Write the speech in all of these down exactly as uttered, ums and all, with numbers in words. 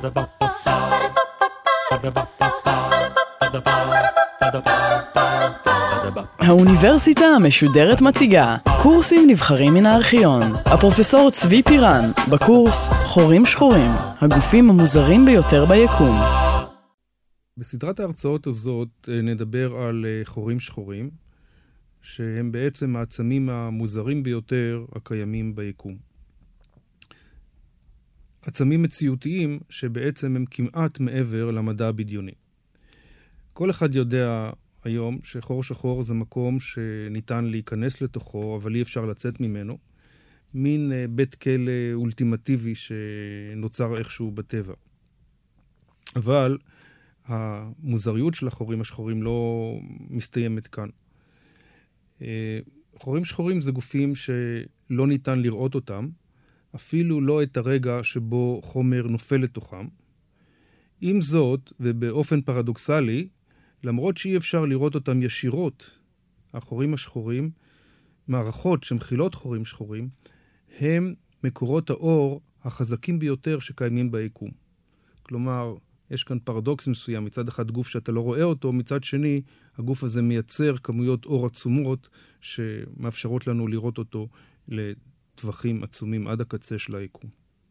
האוניברסיטה המשודרת מציגה קורסים נבחרים מן הארכיון. הפרופסור צבי פירן בקורס חורים שחורים, הגופים המוזרים ביותר ביקום. בסדרת ההרצאות הזאת נדבר על חורים שחורים, שהם בעצם העצמים המוזרים ביותר הקיימים ביקום. עצמים מציאותיים שבעצם הם כמעט מעבר למדע הבדיוני. כל אחד יודע היום שחור שחור זה מקום שניתן להיכנס לתוכו, אבל אי אפשר לצאת ממנו. מין בית כלא אולטימטיבי שנוצר איכשהו בטבע. אבל המוזריות של החורים השחורים לא מסתיימת כאן. חורים שחורים זה גופים שלא ניתן לראות אותם, אפילו לא את הרגע שבו חומר נופל לתוכם. עם זאת, ובאופן פרדוקסלי, למרות שאי אפשר לראות אותם ישירות, החורים השחורים, מערכות שמכילות חורים שחורים, הם מקורות האור החזקים ביותר שקיימים ביקום. כלומר, יש כאן פרדוקס מסוים, מצד אחד גוף שאתה לא רואה אותו, מצד שני, הגוף הזה מייצר כמויות אור עצומות שמאפשרות לנו לראות אותו לטווחים עצומים עד הקצה של היקום.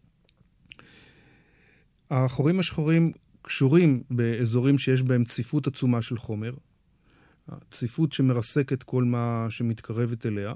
החורים השחורים קשורים באזורים שיש בהם צפיפות עצומה של חומר, צפיפות שמרסקת כל מה שמתקרבת אליה,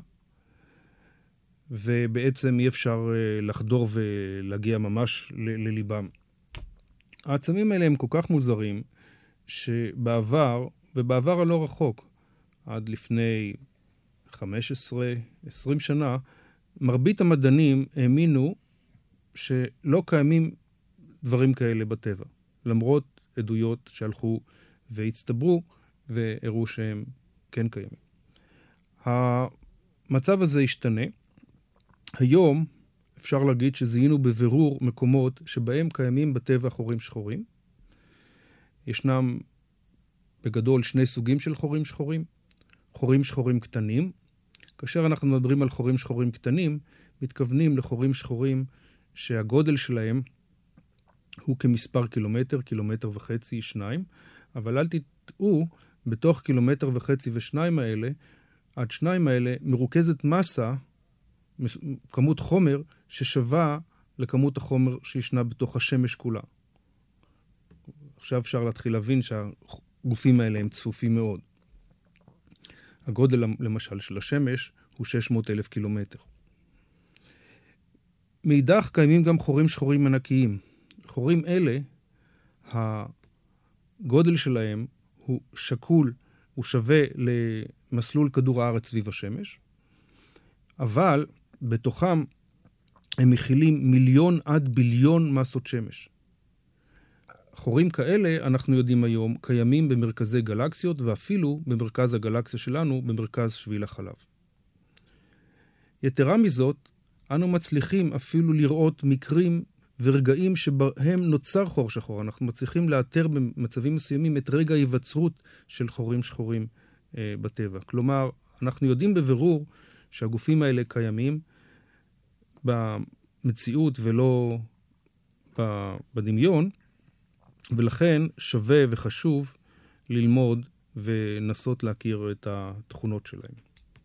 ובעצם אי אפשר לחדור ולהגיע ממש לליבם. העצמים האלה הם כל כך מוזרים, שבעבר, ובעבר הלא רחוק, עד לפני חמש עשרה עשרים שנה, מרבית המדענים האמינו שלא קיימים דברים כאלה בטבע. למרות עדויות שהלכו והצטברו והראו שהם כן קיימים. המצב הזה השתנה. היום אפשר להגיד שזיהינו בבירור מקומות שבהם קיימים בטבע חורים שחורים. ישנם בגדול שני סוגים של חורים שחורים. חורים שחורים קטנים. כאשר אנחנו מדברים על חורים שחורים קטנים, מתכוונים לחורים שחורים שהגודל שלהם הוא כמספר קילומטר, קילומטר וחצי, שניים, אבל אל תטעו, בתוך קילומטר וחצי ושניים האלה, עד שניים האלה מרוכזת מסה, כמות חומר ששווה לכמות החומר שישנה בתוך השמש כולה. עכשיו אפשר להתחיל להבין שהגופים האלה הם צפופים מאוד. הגודל למשל של השמש הוא שש מאות אלף קילומטר. מאידך קיימים גם חורים שחורים ענקיים. חורים אלה, הגודל שלהם הוא שקול, הוא שווה למסלול כדור הארץ סביב השמש, אבל בתוכם הם מכילים מיליון עד ביליון מסות שמש. חורים כאלה, אנחנו יודעים היום, קיימים במרכזי גלקסיות, ואפילו במרכז הגלקסיה שלנו, במרכז שביל החלב. יתרה מזאת, אנו מצליחים אפילו לראות מקרים ורגעים שבהם נוצר חור שחור. אנחנו מצליחים לאתר במצבים מסוימים את רגע ההיווצרות של חורים שחורים אה, בטבע. כלומר, אנחנו יודעים בבירור שהגופים האלה קיימים במציאות ולא בדמיון, ולכן שווה וחשוב ללמוד ונסות להכיר את התכונות שלהם.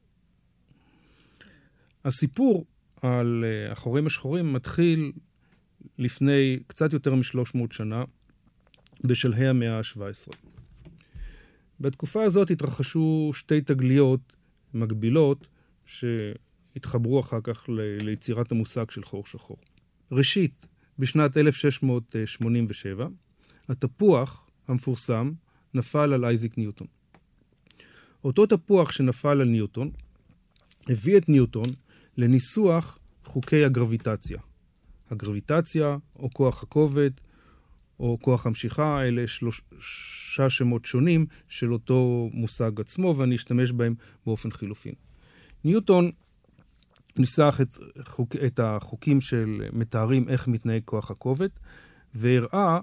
הסיפור על החורים השחורים מתחיל לפני קצת יותר משלוש מאות שנה, בשלהי המאה ה-שבע עשרה. בתקופה הזאת התרחשו שתי תגליות מקבילות שהתחברו אחר כך ל- ליצירת המושג של חור שחור. ראשית, בשנת אלף שש מאות שמונים ושבע, התפוח המפורסם נפל על אייזק ניוטון. אותו תפוח שנפל על ניוטון הביא את ניוטון לניסוח חוקי הגרביטציה. הגרביטציה או כוח הכובד או כוח המשיכה, אלה שלושה שמות שונים של אותו מושג עצמו, ואני אשתמש בהם באופן חילופין. ניוטון ניסח את, חוק, את החוקים של מתארים איך מתנהג כוח הכובד, והראה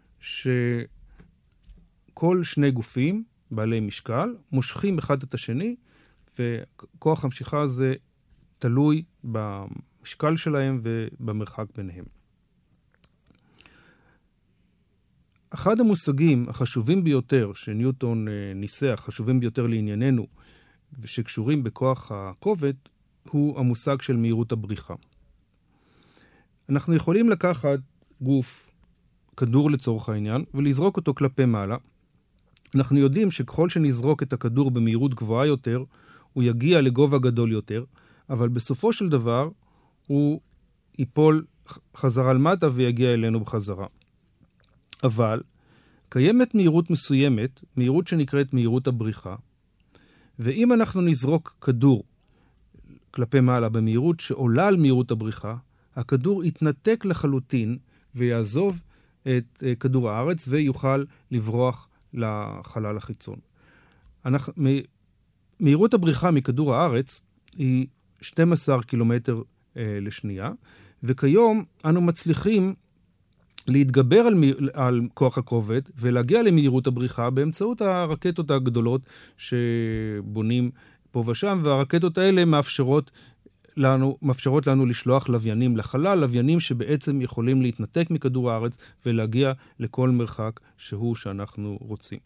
שכל שני גופים בעלי משקל מושכים אחד את השני, וכוח המשיכה הזה תלוי במשקל שלהם ובמרחק ביניהם. אחד המושגים החשובים ביותר שניוטון ניסח, חשובים ביותר לענייננו, ושקשורים בכוח הכובד, הוא המושג של מהירות הבריחה. אנחנו יכולים לקחת גוף, כדור לצורך העניין, ולזרוק אותו כלפי מעלה. אנחנו יודעים שככל שנזרוק את הכדור במהירות גבוהה יותר, הוא יגיע לגובה גדול יותר, אבל בסופו של דבר הוא ייפול חזרה למטה ויגיע אלינו בחזרה. אבל קיימת מהירות מסוימת, מהירות שנקראת מהירות הבריחה, ואם אנחנו נזרוק כדור כלפי מעלה במהירות שעולה על מהירות הבריחה, הכדור יתנתק לחלוטין ויעזוב את כדור הארץ ויוכל לברוח לחלל החיצון. אנחנו, מהירות הבריחה מכדור הארץ היא שנים עשר קילומטר אה, לשנייה, וכיום אנו מצליחים להתגבר על, על כוח הכובד ולהגיע למהירות הבריחה באמצעות הרקטות הגדולות שבונים פה ושם, והרקטות האלה מאפשרות לנו, מאפשרות לנו לשלוח לוויינים לחלל, לוויינים שבעצם יכולים להתנתק מכדור הארץ ולהגיע לכל מרחק שהוא שאנחנו רוצים.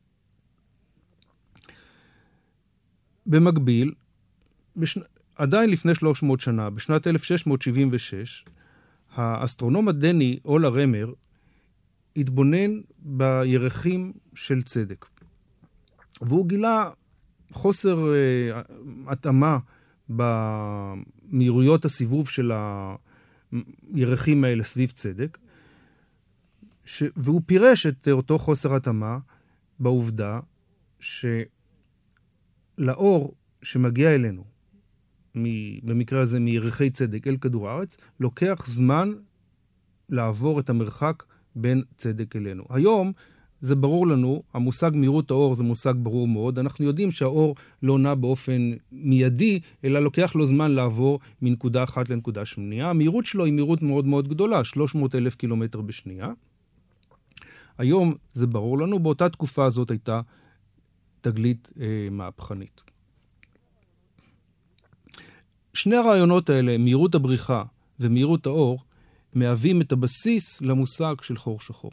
במקביל, בשנ... עדיין לפני שלוש מאות שנה, בשנת אלף שש מאות שבעים ושש, האסטרונום הדני אולה רמר התבונן בירחים של צדק. והוא גילה חוסר uh, התאמה במהירויות הסיבוב של הירחים האלה סביב צדק, ש... והוא פירש את אותו חוסר התאמה בעובדה שלאור שמגיע אלינו, במקרה הזה מירחי צדק אל כדור הארץ, לוקח זמן לעבור את המרחק בין צדק אלינו. היום זה ברור לנו, המושג מהירות האור זה מושג ברור מאוד, אנחנו יודעים שהאור לא נע באופן מיידי, אלא לוקח לו זמן לעבור מנקודה אחת לנקודה שנייה. המהירות שלו היא מהירות מאוד מאוד גדולה, שלוש מאות אלף קילומטר בשנייה. היום זה ברור לנו, באותה תקופה הזאת הייתה תגלית אה, מהפכנית. שני הרעיונות האלה, מהירות הבריחה ומהירות האור, מהווים את הבסיס למושג של חור שחור.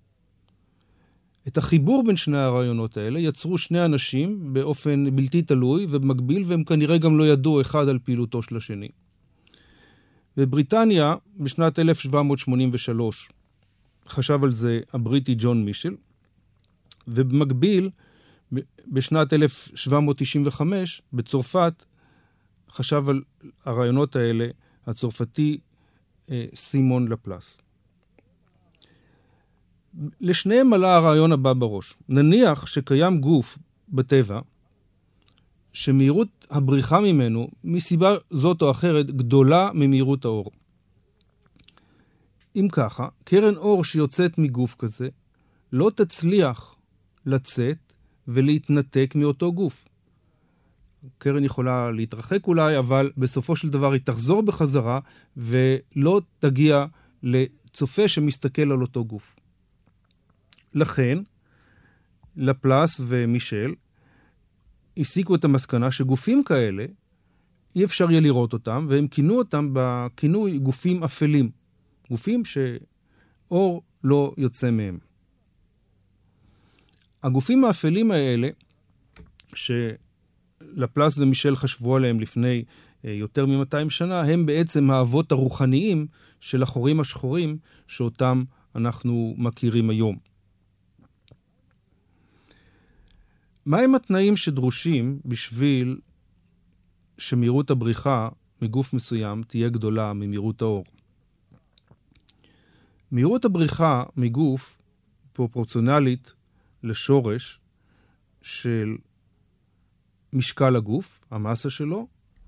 את החיבור בין שני הרעיונות האלה יצרו שני אנשים באופן בלתי תלוי ובמקביל, והם כנראה גם לא ידעו אחד על פעילותו של השני. בבריטניה, בשנת אלף שבע מאות שמונים ושלוש, חשב על זה הבריטי ג'ון מישל, ובמקביל, בשנת אלף שבע מאות תשעים וחמש, בצרפת, חשב על הרעיונות האלה הצרפתי אה, סימון לפלס. לשניהם עלה הרעיון הבא בראש. נניח שקיים גוף בטבע שמהירות הבריחה ממנו, מסיבה זאת או אחרת, גדולה ממהירות האור. אם ככה, קרן אור שיוצאת מגוף כזה לא תצליח לצאת ולהתנתק מאותו גוף. קרן יכולה להתרחק אולי, אבל בסופו של דבר היא תחזור בחזרה ולא תגיע לצופה שמסתכל על אותו גוף. לכן, לפלס ומישל הסיקו את המסקנה שגופים כאלה אי אפשר יהיה לראות אותם, והם כינו אותם בכינוי גופים אפלים. גופים שאור לא יוצא מהם. הגופים האפלים האלה, שלפלס ומישל חשבו עליהם לפני יותר מ-מאתיים שנה, הם בעצם האבות הרוחניים של החורים השחורים שאותם אנחנו מכירים היום. מהם התנאים שדרושים בשביל שמהירות הבריחה מגוף מסוים תהיה גדולה ממהירות האור? מהירות הבריחה מגוף פרופורציונלית לשורש של משקל הגוף, המסה שלו,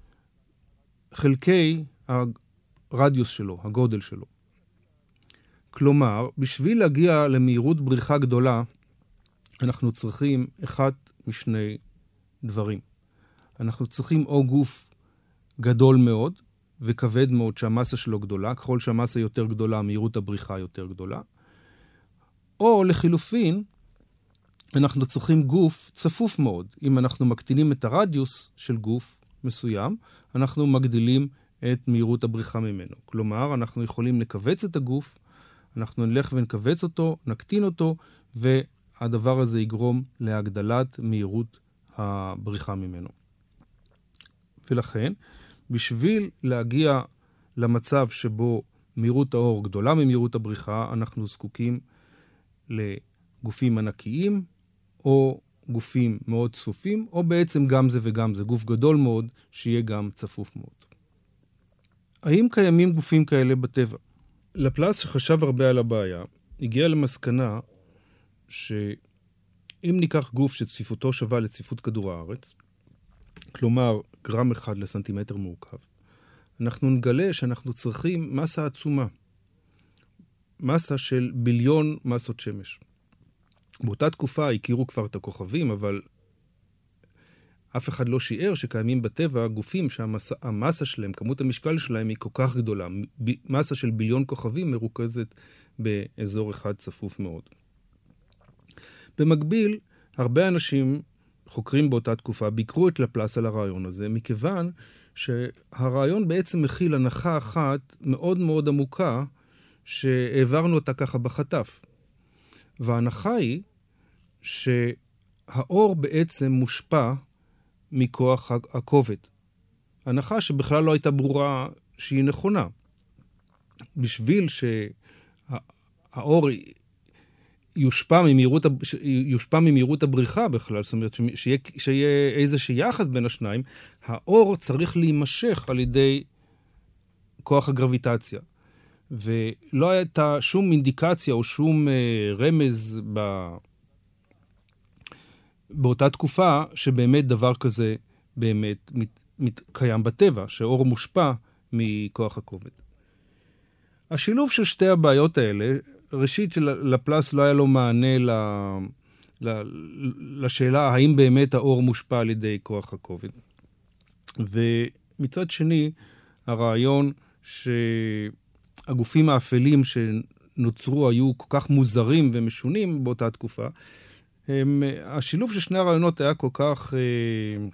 חלקי הרדיוס שלו, הגודל שלו. כלומר, בשביל להגיע למהירות בריחה גדולה, אנחנו צריכים אחד משני דברים. אנחנו צריכים או גוף גדול מאוד וכבד מאוד שהמסה שלו גדולה, ככל שהמסה יותר גדולה, מהירות הבריחה יותר גדולה. או לחילופין, אנחנו צריכים גוף צפוף מאוד. אם אנחנו מקטינים את הרדיוס של גוף מסוים, אנחנו מגדילים את מהירות הבריחה ממנו. כלומר, אנחנו יכולים לקבץ את הגוף, אנחנו נלך ונקבץ אותו, נקטין אותו, והדבר הזה יגרום להגדלת מהירות הבריחה ממנו. ולכן, בשביל להגיע למצב שבו מהירות האור גדולה ממהירות הבריחה, אנחנו זקוקים לגופים ענקיים, או גופים מאוד צפופים, או בעצם גם זה וגם זה, גוף גדול מאוד, שיהיה גם צפוף מאוד. האם קיימים גופים כאלה בטבע? לפלס, שחשב הרבה על הבעיה, הגיע למסקנה שאם ניקח גוף שצפיפותו שווה לצפיפות כדור הארץ, כלומר גרם אחד לסנטימטר מעוקב, אנחנו נגלה שאנחנו צריכים מסה עצומה, מסה של ביליון מסות שמש. באותה תקופה הכירו כבר את הכוכבים, אבל אף אחד לא שיער שקיימים בטבע גופים שהמסה שלהם, כמות המשקל שלהם היא כל כך גדולה. מסה של ביליון כוכבים מרוכזת באזור אחד צפוף מאוד. במקביל, הרבה אנשים חוקרים באותה תקופה ביקרו את לפלס על הרעיון הזה, מכיוון שהרעיון בעצם מכיל הנחה אחת מאוד מאוד עמוקה, שהעברנו אותה ככה בחטף. וההנחה היא שהאור בעצם מושפע מכוח הכובד. הנחה שבכלל לא הייתה ברורה שהיא נכונה. בשביל שהאור יושפע ממהירות, יושפע ממהירות הבריחה בכלל, זאת אומרת שיהיה, שיהיה איזשהו יחס בין השניים, האור צריך להימשך על ידי כוח הגרביטציה. ולא הייתה שום אינדיקציה או שום רמז ב... באותה תקופה שבאמת דבר כזה באמת מת... מת... קיים בטבע, שאור מושפע מכוח הכובד. השילוב של שתי הבעיות האלה, ראשית שלפלס לא היה לו מענה ל... ל... לשאלה האם באמת האור מושפע על ידי כוח הכובד. ומצד שני, הרעיון ש... הגופים האפלים שנוצרו היו כל כך מוזרים ומשונים באותה תקופה, הם, השילוב של שני הרעיונות היה כל כך אה,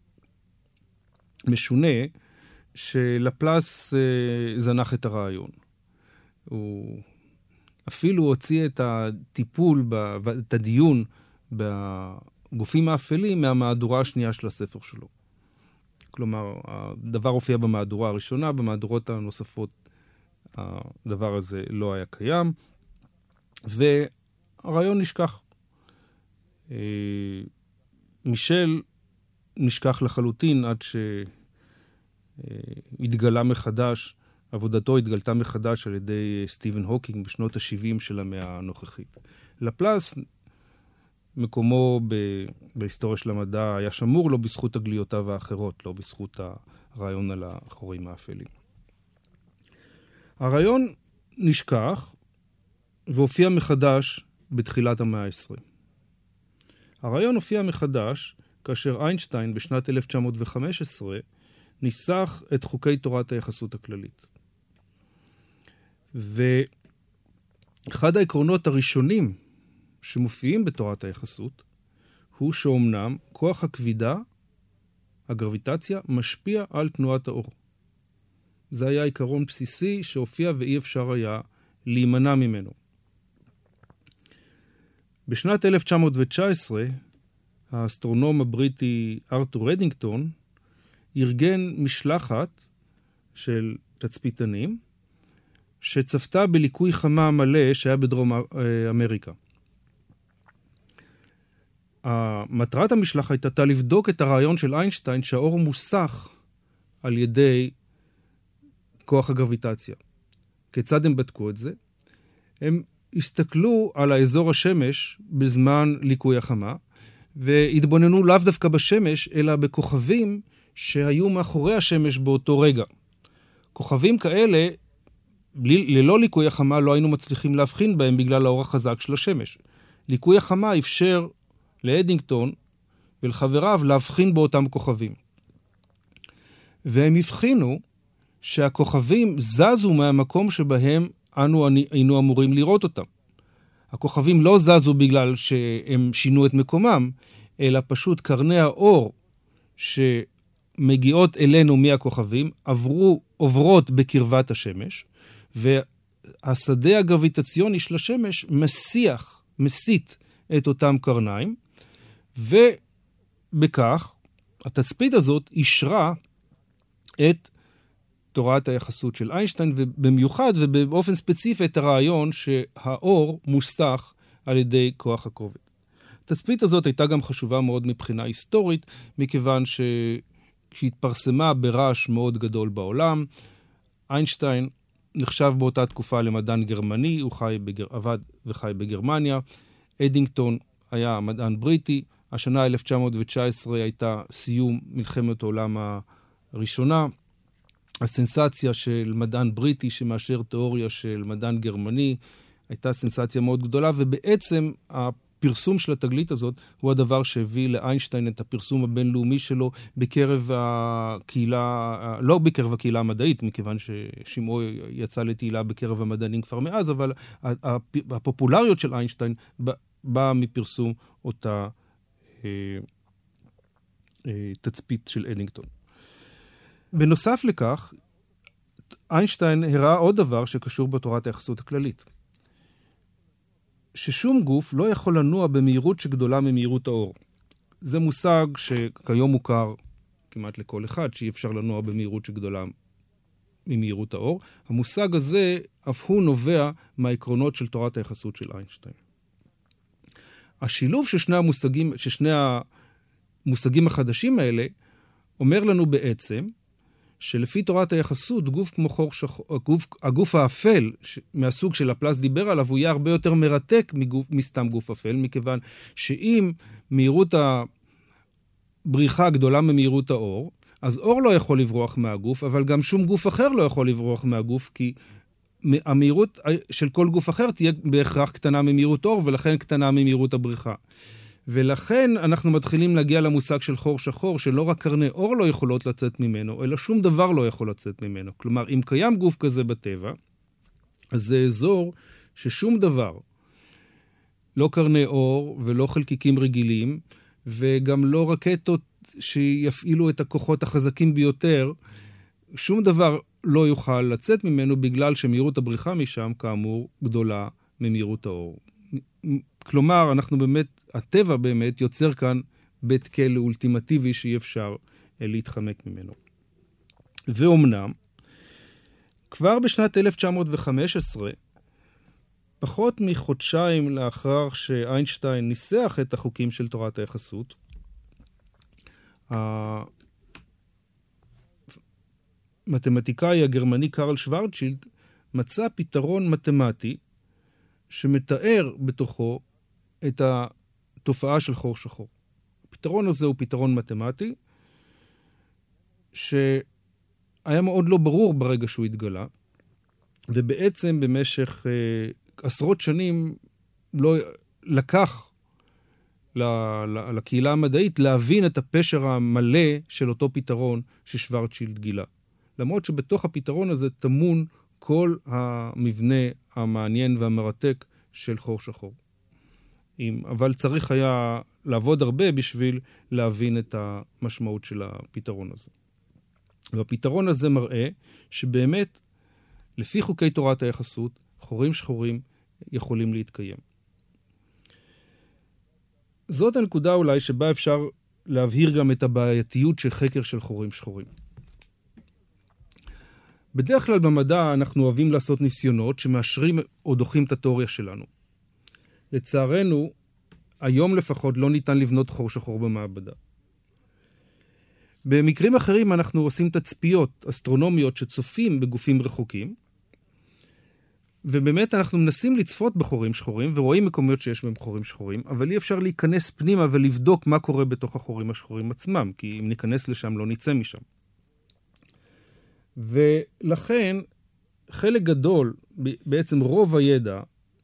משונה, שלפלס אה, זנח את הרעיון. הוא אפילו הוציא את הטיפול, ב, את הדיון בגופים האפלים מהמהדורה השנייה של הספר שלו. כלומר, הדבר הופיע במהדורה הראשונה, במהדורות הנוספות הדבר הזה לא היה קיים, והרעיון נשכח. מישל נשכח לחלוטין עד שהתגלה מחדש, עבודתו התגלתה מחדש על ידי סטיבן הוקינג בשנות ה-שבעים של המאה הנוכחית. לפלס, מקומו ב- בהיסטוריה של המדע היה שמור לו בזכות הגליותיו האחרות, לא בזכות הרעיון על החורים האפלים. הרעיון נשכח והופיע מחדש בתחילת המאה ה-עשרים. הרעיון הופיע מחדש כאשר איינשטיין בשנת אלף תשע מאות וחמש עשרה ניסח את חוקי תורת היחסות הכללית. ואחד העקרונות הראשונים שמופיעים בתורת היחסות הוא שאומנם כוח הכבידה, הגרביטציה, משפיע על תנועת האור. זה היה עיקרון בסיסי שהופיע ואי אפשר היה להימנע ממנו. בשנת אלף תשע מאות תשע עשרה, האסטרונום הבריטי ארתור אדינגטון ארגן משלחת של תצפיתנים שצפתה בליקוי חמה מלא שהיה בדרום אמריקה. מטרת המשלחת הייתה לבדוק את הרעיון של איינשטיין שהאור מוסך על ידי כוח הגרביטציה. כיצד הם בדקו את זה? הם הסתכלו על האזור השמש בזמן ליקוי החמה, והתבוננו לאו דווקא בשמש, אלא בכוכבים שהיו מאחורי השמש באותו רגע. כוכבים כאלה, בלי, ללא ליקוי החמה, לא היינו מצליחים להבחין בהם בגלל האור החזק של השמש. ליקוי החמה אפשר לאדינגטון ולחבריו להבחין באותם כוכבים. והם הבחינו שהכוכבים זזו מהמקום שבהם אנו היינו אמורים לראות אותם. הכוכבים לא זזו בגלל שהם שינו את מקומם, אלא פשוט קרני האור שמגיעות אלינו מהכוכבים עברו, עוברות בקרבת השמש, והשדה הגרביטציוני של השמש מסיח מסית את אותם קרניים, ובכך התצפית הזאת אישרה את תורת היחסות של איינשטיין, ובמיוחד ובאופן ספציפי את הרעיון שהאור מוסתח על ידי כוח הכובד. התצפית הזאת הייתה גם חשובה מאוד מבחינה היסטורית, מכיוון שהתפרסמה ברעש מאוד גדול בעולם. איינשטיין נחשב באותה תקופה למדען גרמני, הוא חי בגר... עבד וחי בגרמניה. אדינגטון היה מדען בריטי. השנה אלף תשע מאות תשע עשרה הייתה סיום מלחמת העולם הראשונה. הסנסציה של מדען בריטי שמאשר תיאוריה של מדען גרמני הייתה סנסציה מאוד גדולה, ובעצם הפרסום של התגלית הזאת הוא הדבר שהביא לאיינשטיין את הפרסום הבינלאומי שלו בקרב הקהילה, לא בקרב הקהילה המדעית, מכיוון ששמעו יצא לתהילה בקרב המדענים כבר מאז, אבל הפופולריות של איינשטיין באה מפרסום אותה אה, אה, תצפית של אדינגטון. בנוסף לכך, איינשטיין הראה עוד דבר שקשור בתורת היחסות הכללית. ששום גוף לא יכול לנוע במהירות שגדולה ממהירות האור. זה מושג שכיום מוכר כמעט לכל אחד, שאי אפשר לנוע במהירות שגדולה ממהירות האור. המושג הזה אף הוא נובע מהעקרונות של תורת היחסות של איינשטיין. השילוב של שני המושגים, ששני המושגים החדשים האלה, אומר לנו בעצם שלפי תורת היחסות, גוף כמו חור שחור, הגוף, הגוף האפל מהסוג של לפלס דיבר עליו, הוא יהיה הרבה יותר מרתק מגוף, מסתם גוף אפל, מכיוון שאם מהירות הבריחה גדולה ממהירות האור, אז אור לא יכול לברוח מהגוף, אבל גם שום גוף אחר לא יכול לברוח מהגוף, כי המהירות של כל גוף אחר תהיה בהכרח קטנה ממהירות אור, ולכן קטנה ממהירות הבריחה. ולכן אנחנו מתחילים להגיע למושג של חור שחור, שלא רק קרני אור לא יכולות לצאת ממנו, אלא שום דבר לא יכול לצאת ממנו. כלומר, אם קיים גוף כזה בטבע, אז זה אזור ששום דבר, לא קרני אור ולא חלקיקים רגילים, וגם לא רקטות שיפעילו את הכוחות החזקים ביותר, שום דבר לא יוכל לצאת ממנו, בגלל שמהירות הבריחה משם, כאמור, גדולה ממהירות האור. כלומר, אנחנו באמת, הטבע באמת יוצר כאן בית כלא אולטימטיבי שאי אפשר להתחמק ממנו. ואומנם, כבר בשנת אלף תשע מאות וחמש עשרה, פחות מחודשיים לאחר שאיינשטיין ניסח את החוקים של תורת היחסות, המתמטיקאי הגרמני קרל שוורצשילד מצא פתרון מתמטי שמתאר בתוכו את התופעה של חור שחור. הפתרון הזה הוא פתרון מתמטי, שהיה מאוד לא ברור ברגע שהוא התגלה, ובעצם במשך אה, עשרות שנים לא לקח לקהילה המדעית להבין את הפשר המלא של אותו פתרון ששוורצשילד גילה. למרות שבתוך הפתרון הזה תמון כל המבנה המעניין והמרתק של חור שחור. אבל צריך היה לעבוד הרבה בשביל להבין את המשמעות של הפתרון הזה. והפתרון הזה מראה שבאמת, לפי חוקי תורת היחסות, חורים שחורים יכולים להתקיים. זאת הנקודה אולי שבה אפשר להבהיר גם את הבעייתיות של חקר של חורים שחורים. בדרך כלל במדע אנחנו אוהבים לעשות ניסיונות שמאשרים או דוחים את התיאוריה שלנו. לצערנו, היום לפחות לא ניתן לבנות חור שחור במעבדה. במקרים אחרים אנחנו עושים תצפיות אסטרונומיות שצופים בגופים רחוקים, ובאמת אנחנו מנסים לצפות בחורים שחורים, ורואים מקומות שיש בהם חורים שחורים, אבל אי אפשר להיכנס פנימה ולבדוק מה קורה בתוך החורים השחורים עצמם, כי אם ניכנס לשם לא ניצא משם. ולכן חלק גדול, בעצם רוב הידע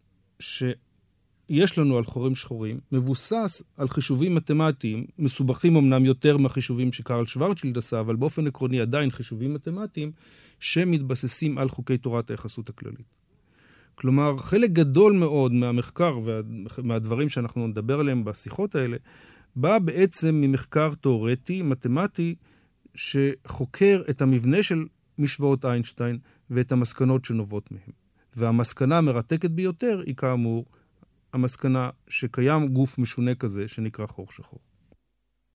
שיש לנו על חורים שחורים, מבוסס על חישובים מתמטיים, מסובכים אמנם יותר מהחישובים שקרל שוורצשילד עשה, אבל באופן עקרוני עדיין חישובים מתמטיים, שמתבססים על חוקי תורת היחסות הכללית. כלומר, חלק גדול מאוד מהמחקר ומהדברים שאנחנו נדבר עליהם בשיחות האלה, בא בעצם ממחקר תיאורטי, מתמטי, שחוקר את המבנה של משוואות איינשטיין ואת המסקנות שנובעות מהם. והמסקנה המרתקת ביותר היא כאמור המסקנה שקיים גוף משונה כזה שנקרא חור שחור.